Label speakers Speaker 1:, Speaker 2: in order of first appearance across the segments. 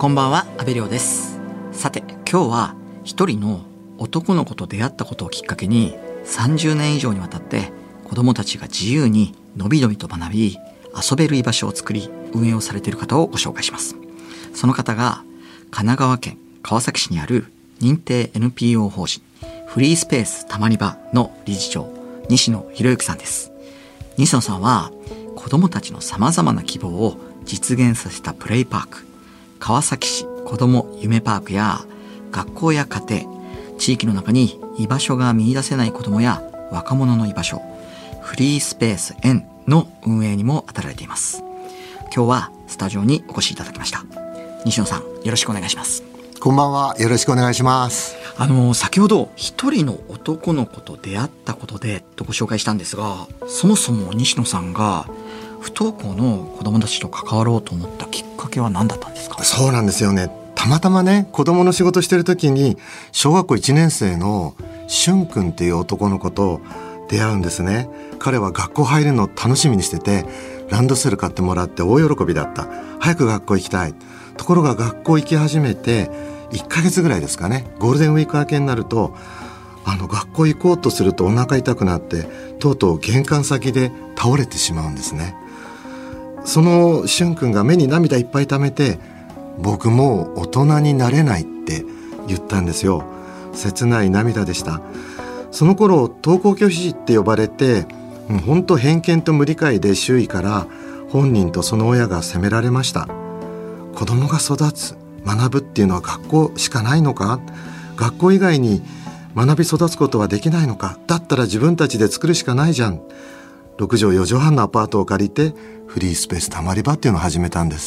Speaker 1: こんばんは、阿部亮です。さて、今日は一人の男の子と出会ったことをきっかけに30年以上にわたって子どもたちが自由にのびのびと学び遊べる居場所を作り運営をされている方をご紹介します。その方が神奈川県川崎市にある認定 NPO 法人フリースペースたまり場の理事長、西野博之さんです。西野さんは子どもたちのさまざまな希望を実現させたプレイパーク、川崎市子ども夢パークや学校や家庭、地域の中に居場所が見出せない子どもや若者の居場所、フリースペース N の運営にも当たられています。今日はスタジオにお越しいただきました。西野さん、よろしくお願いします。
Speaker 2: こんばんは、よろしくお願いします。
Speaker 1: 先ほど一人の男の子と出会ったことでとご紹介したんですが、そもそも西野さんが不登校の子どもたちと関わろうと思ったきっかけは何だったんですか？
Speaker 2: そうなんですよね。たまたまね、子供の仕事してる時に小学校1年生のしゅんくんっていう男の子と出会うんですね。彼は学校入るのを楽しみにしてて、ランドセル買ってもらって大喜びだった。早く学校行きたい。ところが学校行き始めて1ヶ月ぐらいですかね、ゴールデンウィーク明けになると学校行こうとするとお腹痛くなってとうとう玄関先で倒れてしまうんですね。そのしゅんくんが目に涙いっぱい溜めて、僕もう大人になれないって言ったんですよ。切ない涙でした。その頃登校拒否って呼ばれて、本当偏見と無理解で周囲から本人とその親が責められました。子供が育つ、学ぶっていうのは学校しかないのか？学校以外に学び育つことはできないのか？だったら自分たちで作るしかないじゃん。6畳4畳半のアパートを借りてフリースペースたまり場っていうのを始めたんです。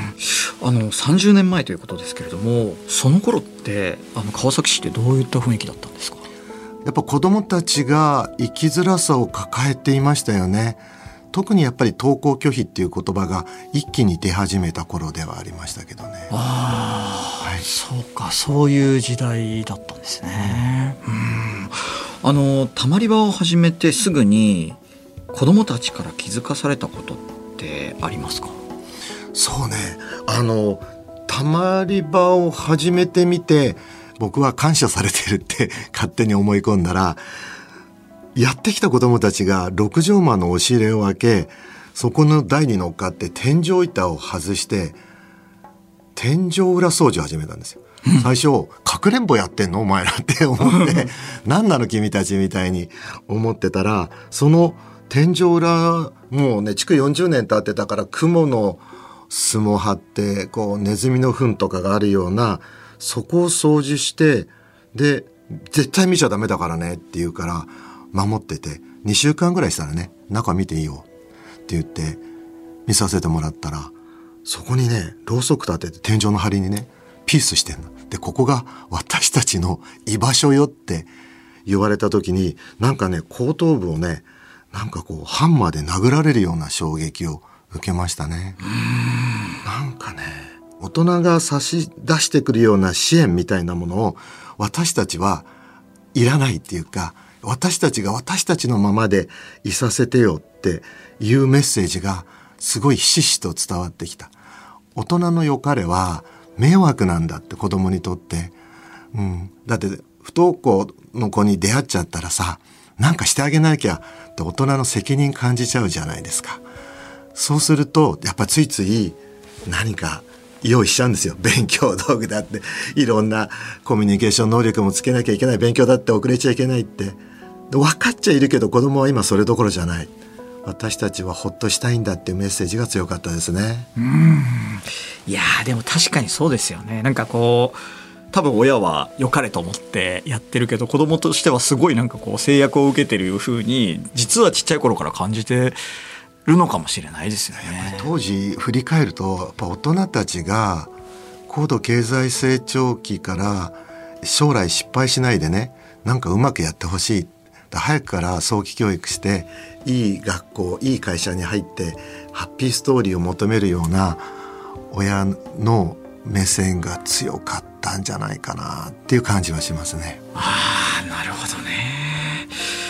Speaker 1: 30年前ということですけれども、その頃って川崎市ってどういった雰囲気だったんですか？
Speaker 2: やっぱ子どもたちが生きづらさを抱えていましたよね。特にやっぱり登校拒否っていう言葉が一気に出始めた頃ではありましたけどね。
Speaker 1: はい、そうか、そういう時代だったんですね。たまり場を始めてすぐに子どもたちから気づかされたことってありますか？
Speaker 2: そうね、たまり場を始めてみて僕は感謝されてるって勝手に思い込んだら、やってきた子どもたちが6畳間の押し入れを開け、そこの台に乗っかって天井板を外して天井裏掃除を始めたんですよ。最初かくれんぼやってんのお前らって思って何なの君たちみたいに思ってたら、その天井裏もうね、築40年経ってたから雲の巣も張ってこうネズミの糞とかがあるような、そこを掃除して、で絶対見ちゃダメだからねって言うから守ってて、2週間ぐらいしたらね、中見ていいよって言って見させてもらったら、そこにね、ろうそく立てて天井の梁にねピースしてんので、ここが私たちの居場所よって言われた時に、なんかね、後頭部をね、なんかこうハンマーで殴られるような衝撃を受けましたね。なんかね、大人が差し出してくるような支援みたいなものを私たちはいらないっていうか、私たちが私たちのままでいさせてよっていうメッセージがすごいひしひしと伝わってきた。大人の良かれは迷惑なんだって、子供にとって、だって不登校の子に出会っちゃったらさ、なんかしてあげなきゃって大人の責任感じちゃうじゃないですか。そうするとやっぱついつい何か用意しちゃうんですよ。勉強道具だって、いろんなコミュニケーション能力もつけなきゃいけない、勉強だって遅れちゃいけないって分かっちゃいるけど、子供は今それどころじゃない。私たちはほっとしたいんだっていうメッセージが強かったですね。
Speaker 1: いやでも確かにそうですよね。なんかこう多分親は良かれと思ってやってるけど、子供としてはすごいなんかこう制約を受けてる風に実はちっちゃい頃から感じてるのかもしれないですよね。
Speaker 2: 当時振り返ると、やっぱ大人たちが高度経済成長期から将来失敗しないでね、なんかうまくやってほしい、早くから早期教育していい学校いい会社に入ってハッピーストーリーを求めるような親の目線が強かったんじゃないかなっていう感じはしますね。
Speaker 1: なるほどね。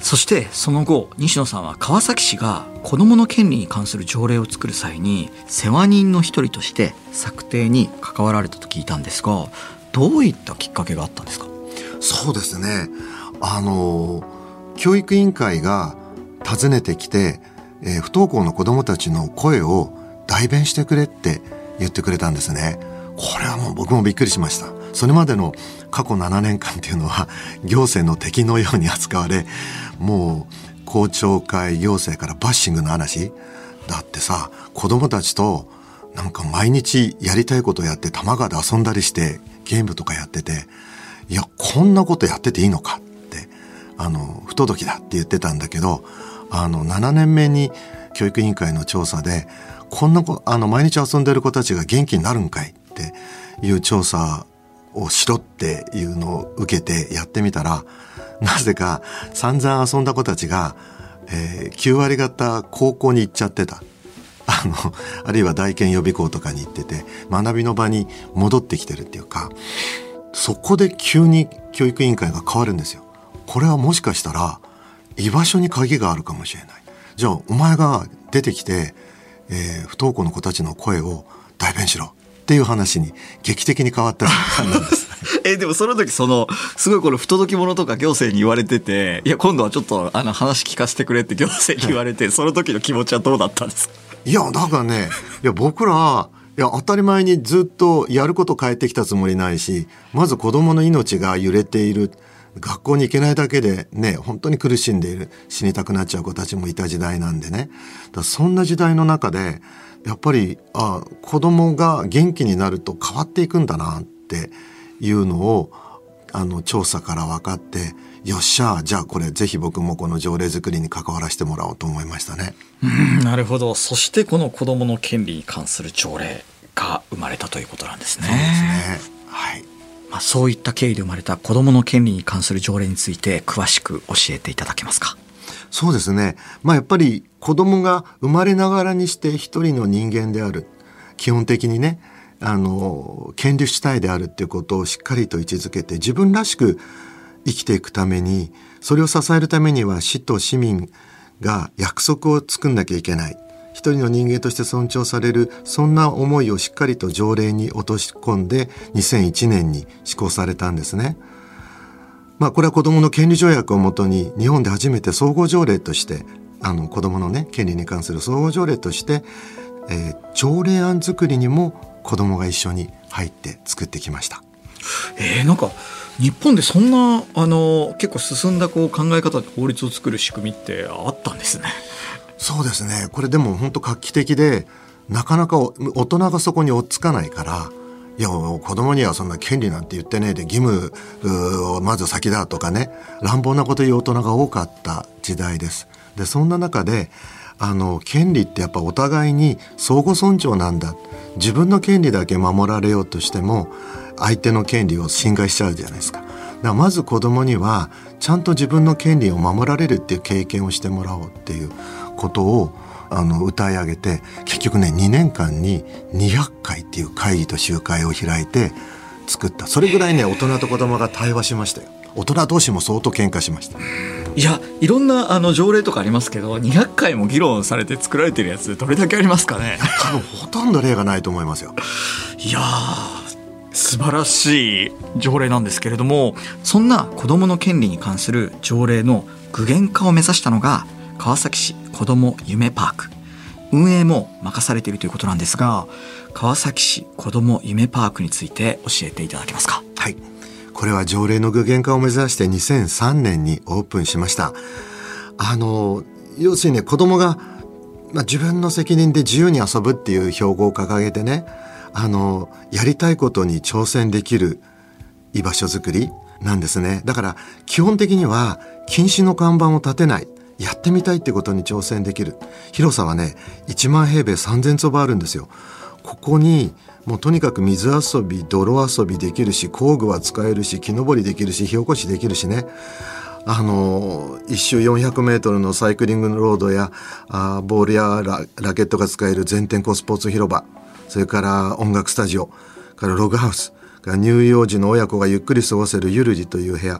Speaker 1: そしてその後西野さんは川崎市が子どもの権利に関する条例を作る際に世話人の一人として策定に関わられたと聞いたんですが、どういったきっかけがあったんですか？
Speaker 2: そうですね、教育委員会が訪ねてきて、不登校の子どもたちの声を代弁してくれって言ってくれたんですね。これはもう僕もびっくりしました。それまでの過去7年間っていうのは行政の敵のように扱われ、もう公聴会行政からバッシングの話だってさ、子どもたちとなんか毎日やりたいことやって多摩川で遊んだりしてゲームとかやってて、いやこんなことやってていいのかって不届きだって言ってたんだけど、7年目に教育委員会の調査でこんな毎日遊んでる子たちが元気になるんかいっていう調査をしろっていうのを受けてやってみたら、なぜか散々遊んだ子たちが、9割方高校に行っちゃってた。あるいは大研予備校とかに行ってて学びの場に戻ってきてるっていうか、そこで急に教育委員会が変わるんですよ。これはもしかしたら居場所に鍵があるかもしれない。じゃあお前が出てきて、不登校の子たちの声を代弁しろっていう話に劇的に変わった瞬間なんです
Speaker 1: でもその時すごいこの不届き者とか行政に言われてて、いや今度はちょっと話聞かせてくれって行政に言われて、その時の気持ちはどうだったんですか？
Speaker 2: いやだからね、僕ら当たり前にずっとやること変えてきたつもりないし、まず子どもの命が揺れている、学校に行けないだけでね本当に苦しんでいる、死にたくなっちゃう子たちもいた時代なんでね。そんな時代の中でやっぱり子どもが元気になると変わっていくんだなっていうのを調査から分かって、よっしゃじゃあこれぜひ僕もこの条例作りに関わらせてもらおうと思いましたね。
Speaker 1: なるほど。そしてこの子どもの権利に関する条例が生まれたということなんですね。
Speaker 2: そうですね、はい。
Speaker 1: そういった経緯で生まれた子どもの権利に関する条例について詳しく教えていただけますか？
Speaker 2: そうですね、やっぱり子どもが生まれながらにして一人の人間である、基本的にね権利主体であるっていうことをしっかりと位置づけて、自分らしく生きていくために、それを支えるためには市と市民が約束を作んなきゃいけない、一人の人間として尊重される、そんな思いをしっかりと条例に落とし込んで2001年に施行されたんですね。これは子どもの権利条約をもとに日本で初めて総合条例として子どものね権利に関する総合条例として、条例案作りにも子どもが一緒に入って作ってきました。
Speaker 1: なんか日本でそんな結構進んだ考え方で法律を作る仕組みってあったんですね。
Speaker 2: そうですね、これでも本当画期的で、なかなか大人がそこに追っつかないから、いや子供にはそんな権利なんて言ってねえで義務をまず先だとかね、乱暴なこと言う大人が多かった時代です。でそんな中で権利ってやっぱお互いに相互尊重なんだ、自分の権利だけ守られようとしても相手の権利を侵害しちゃうじゃないですか。だからまず子供にはちゃんと自分の権利を守られるっていう経験をしてもらおうっていうことを歌い上げて、結局ね2年間に200回っていう会議と集会を開いて作った。それぐらいね大人と子供が対話しましたよ。大人同士も相当喧嘩しました。
Speaker 1: いやいろんな条例とかありますけど、200回も議論されて作られてるやつどれだけありますかね。
Speaker 2: 多分ほとんど例がないと思いますよ。
Speaker 1: いや素晴らしい条例なんですけれども、そんな子どもの権利に関する条例の具現化を目指したのが川崎市子ども夢パーク、運営も任されているということなんですが、川崎市子ども夢パークについて教えていただけますか？
Speaker 2: はい、これは条例の具現化を目指して2003年にオープンしました。要するにね、子どもが、自分の責任で自由に遊ぶっていう標語を掲げてね、やりたいことに挑戦できる居場所づくりなんですね。だから基本的には禁止の看板を立てない、やってみたいってことに挑戦できる。広さはね1万平米3000坪あるんですよ。ここにもうとにかく水遊び泥遊びできるし、工具は使えるし、木登りできるし、火起こしできるしね、一周400メートルのサイクリングロードやボールやラケットが使える全天候スポーツ広場、それから音楽スタジオからログハウスから乳幼児の親子がゆっくり過ごせるゆるじという部屋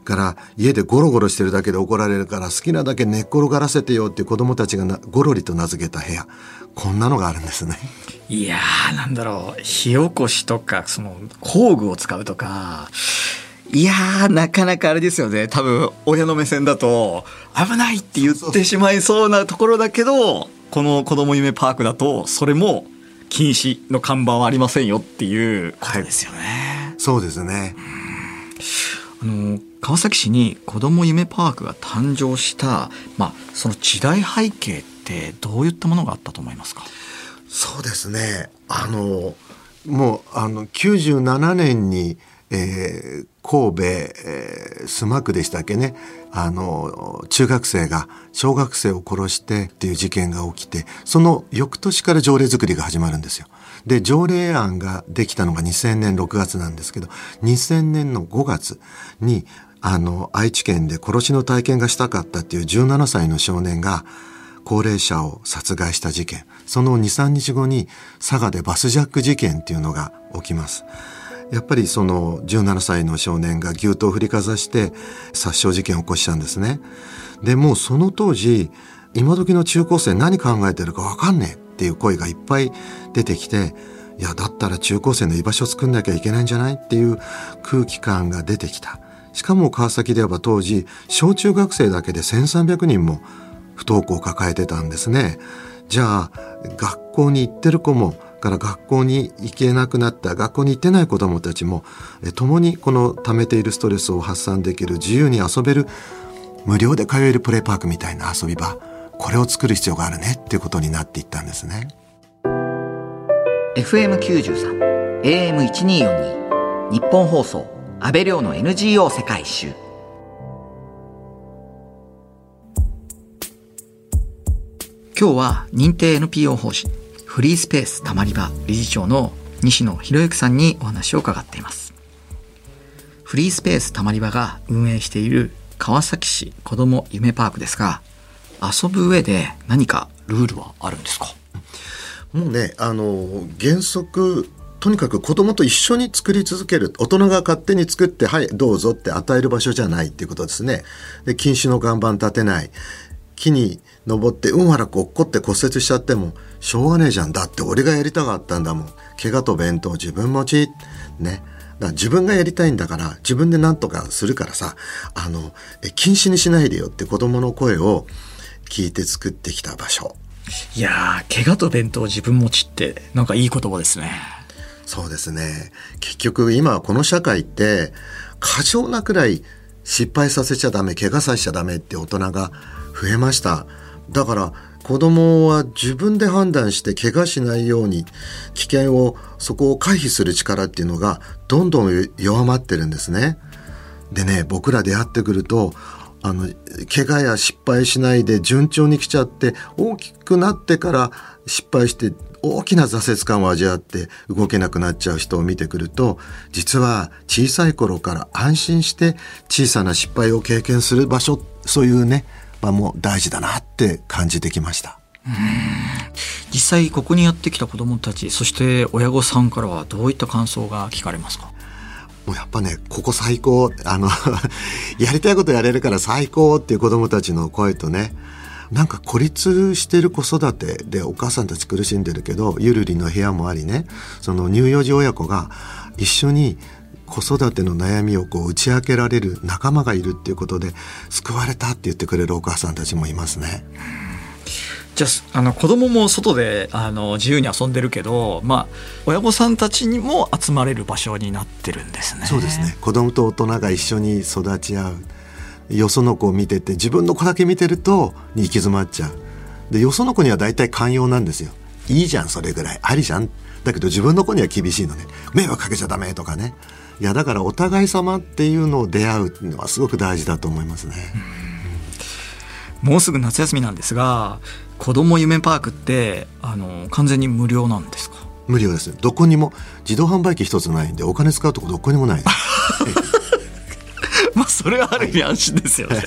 Speaker 2: から家でゴロゴロしてるだけで怒られるから好きなだけ寝っ転がらせてよっていう子供たちがゴロリと名付けた部屋、こんなのがあるんですね。
Speaker 1: いやー、なんだろう、火起こしとかその工具を使うとか、いやー、なかなかあれですよね。多分親の目線だと危ないって言ってしまいそうなところだけど、この子ども夢パークだとそれも禁止の看板はありませんよっていうことですよね。
Speaker 2: はい、そうですね。
Speaker 1: 川崎市に子ども夢パークが誕生した、その時代背景ってどういったものがあったと思いますか？
Speaker 2: そうですね。もう97年に、神戸、須磨区でしたっけね、中学生が小学生を殺してっていう事件が起きて、その翌年から条例作りが始まるんですよ。で、条例案ができたのが2000年6月なんですけど、2000年の5月に愛知県で殺しの体験がしたかったっていう17歳の少年が高齢者を殺害した事件、その 2,3 日後に佐賀でバスジャック事件っていうのが起きます。やっぱりその17歳の少年が牛刀を振りかざして殺傷事件を起こしたんですね。で、もうその当時、今時の中高生何考えてるか分かんねえっていう声がいっぱい出てきて、いやだったら中高生の居場所を作んなきゃいけないんじゃないっていう空気感が出てきた。しかも川崎では当時小中学生だけで1300人も不登校を抱えてたんですね。じゃあ学校に行ってる子もから学校に行けなくなった学校に行ってない子どもたちも共にこの溜めているストレスを発散できる自由に遊べる無料で通えるプレイパークみたいな遊び場、これを作る必要があるねっていうことになっていったんですね。
Speaker 1: FM93 AM1242 日本放送安倍亮の NGO 世界一周。今日は認定 NPO 法人フリースペースたまり場理事長の西野博之さんにお話を伺っています。フリースペースたまり場が運営している川崎市子ども夢パークですが、遊ぶ上で何かルールはあるんですか？
Speaker 2: もうね、原則とにかく子供と一緒に作り続ける、大人が勝手に作ってはいどうぞって与える場所じゃないっていうことですね。で、禁止の看板立てない、木に登って運悪く落っこって骨折しちゃってもしょうがねえじゃん、だって俺がやりたかったんだもん、怪我と弁当自分持ちね、だから自分がやりたいんだから自分で何とかするからさ、禁止にしないでよって子供の声を聞いて作ってきた場所。
Speaker 1: いやー、怪我と弁当自分持ちってなんかいい言葉ですね。
Speaker 2: そうですね。結局今この社会って過剰なくらい失敗させちゃダメ、怪我させちゃダメって大人が増えました。だから子供は自分で判断して怪我しないように危険をそこを回避する力っていうのがどんどん弱まってるんですね。でね、僕ら出会ってくると怪我や失敗しないで順調に来ちゃって大きくなってから失敗して大きな挫折感を味わって動けなくなっちゃう人を見てくると、実は小さい頃から安心して小さな失敗を経験する場所、そういうね場も大事だなって感じてきました。
Speaker 1: 実際ここにやってきた子どもたち、そして親御さんからはどういった感想が聞かれますか？
Speaker 2: もうやっぱね、ここ最高やりたいことやれるから最高っていう子どもたちの声とね、なんか孤立してる子育てでお母さんたち苦しんでるけどゆるりの部屋もありね、その乳幼児親子が一緒に子育ての悩みを打ち明けられる仲間がいるっていうことで救われたって言ってくれるお母さんたちもいますね。
Speaker 1: じゃあ子供も外で自由に遊んでるけど、親御さんたちにも集まれる場所になってるんですね。
Speaker 2: そうですね。子供と大人が一緒に育ち合う。よその子を見てて自分の子だけ見てると行き詰まっちゃう。で、よその子には大体寛容なんですよ。いいじゃんそれぐらいありじゃん。だけど自分の子には厳しいのね。迷惑かけちゃダメとかね。いやだからお互い様っていうのを出会うっていうのはすごく大事だと思いますね。
Speaker 1: もうすぐ夏休みなんですが、子ども夢パークって完全に無料なんですか？
Speaker 2: 無料です。どこにも自動販売機一つないんでお金使うとこどこにもないです
Speaker 1: それはある意味安心ですよね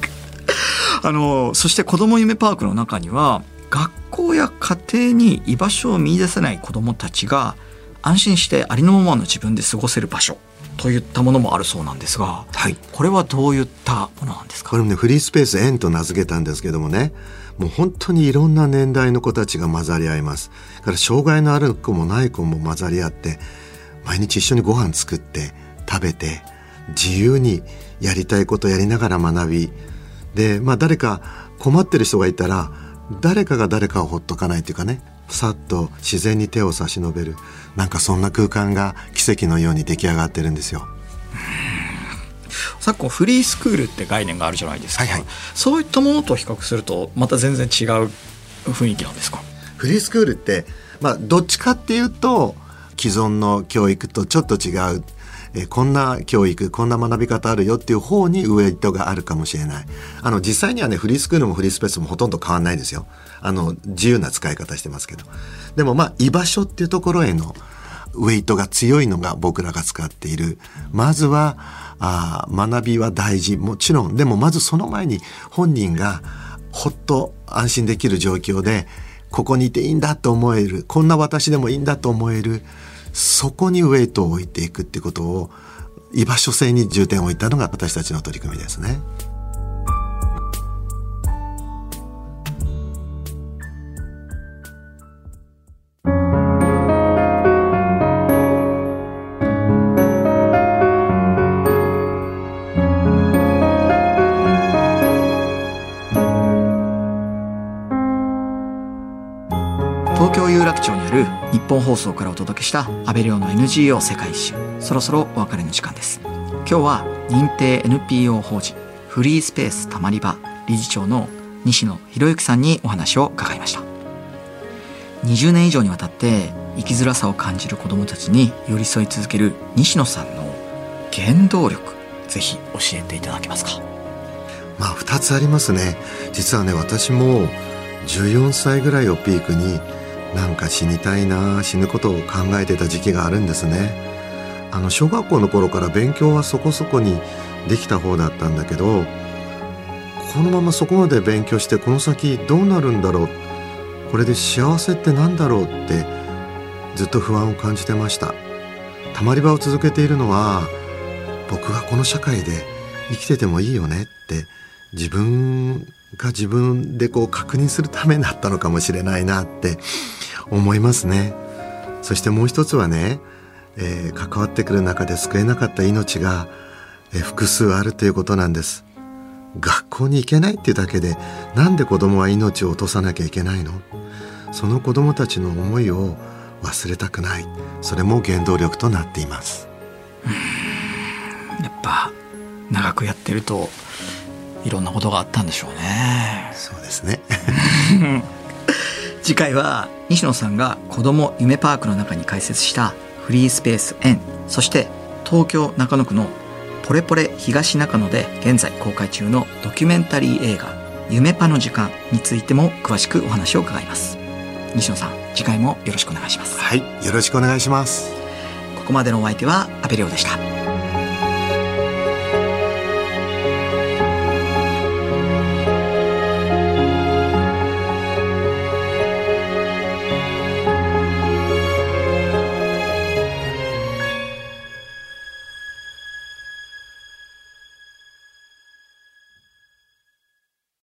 Speaker 1: そして子ども夢パークの中には学校や家庭に居場所を見出せない子どもたちが安心してありのままの自分で過ごせる場所といったものもあるそうなんですが、
Speaker 2: はい、
Speaker 1: これはどういったものなんですか？
Speaker 2: これもね、フリースペース園と名付けたんですけどもね、もう本当にいろんな年代の子たちが混ざり合います。だから障害のある子もない子も混ざり合って、毎日一緒にご飯作って食べて、自由にやりたいことやりながら学びで、誰か困ってる人がいたら誰かが誰かをほっとかないというかね、さっと自然に手を差し伸べる、なんかそんな空間が奇跡のように出来上がってるんですよ。
Speaker 1: 昨今フリースクールって概念があるじゃないですか、
Speaker 2: はいはい、
Speaker 1: そういったものと比較するとまた全然違う雰囲気なんですか？
Speaker 2: フリースクールって、どっちかっていうと既存の教育とちょっと違う、こんな教育、こんな学び方あるよっていう方にウエイトがあるかもしれない。実際にはね、フリースクールもフリースペースもほとんど変わんないですよ。自由な使い方してますけど。でも居場所っていうところへのウェイトが強いのが僕らが使っている。まずは学びは大事、もちろん。でもまずその前に本人がほっと安心できる状況で、ここにいていいんだと思える、こんな私でもいいんだと思える、そこにウェイトを置いていくっていうことを、居場所性に重点を置いたのが私たちの取り組みですね。
Speaker 1: 東京有楽町にある日本放送からお届けした安倍亮の NGO 世界一周、そろそろお別れの時間です。今日は認定 NPO 法人フリースペースたまり場理事長の西野博之さんにお話を伺いました。20年以上にわたって生きづらさを感じる子どもたちに寄り添い続ける西野さんの原動力、ぜひ教えていただけますか？
Speaker 2: 2つありますね。実はね、私も14歳ぐらいをピークになんか死にたいな、死ぬことを考えてた時期があるんですね。小学校の頃から勉強はそこそこにできた方だったんだけど、このままそこまで勉強してこの先どうなるんだろう、これで幸せってなんだろうってずっと不安を感じてました。たまり場を続けているのは、僕はこの社会で生きててもいいよねって自分が自分で確認するためになったのかもしれないなって思いますね。そしてもう一つはね、関わってくる中で救えなかった命が、複数あるということなんです。学校に行けないっていうだけでなんで子供は命を落とさなきゃいけないの？その子供たちの思いを忘れたくない。それも原動力となっています。
Speaker 1: やっぱ長くやってるといろんなことがあったんでしょうね。
Speaker 2: そうですね
Speaker 1: 次回は西野さんが子ども夢パークの中に開設したフリースペース園、そして東京中野区のポレポレ東中野で現在公開中のドキュメンタリー映画夢パの時間についても詳しくお話を伺います。西野さん、次回もよろしくお願いします。
Speaker 2: はい、よろしくお願いします。
Speaker 1: ここまでのお相手は安倍亮でした。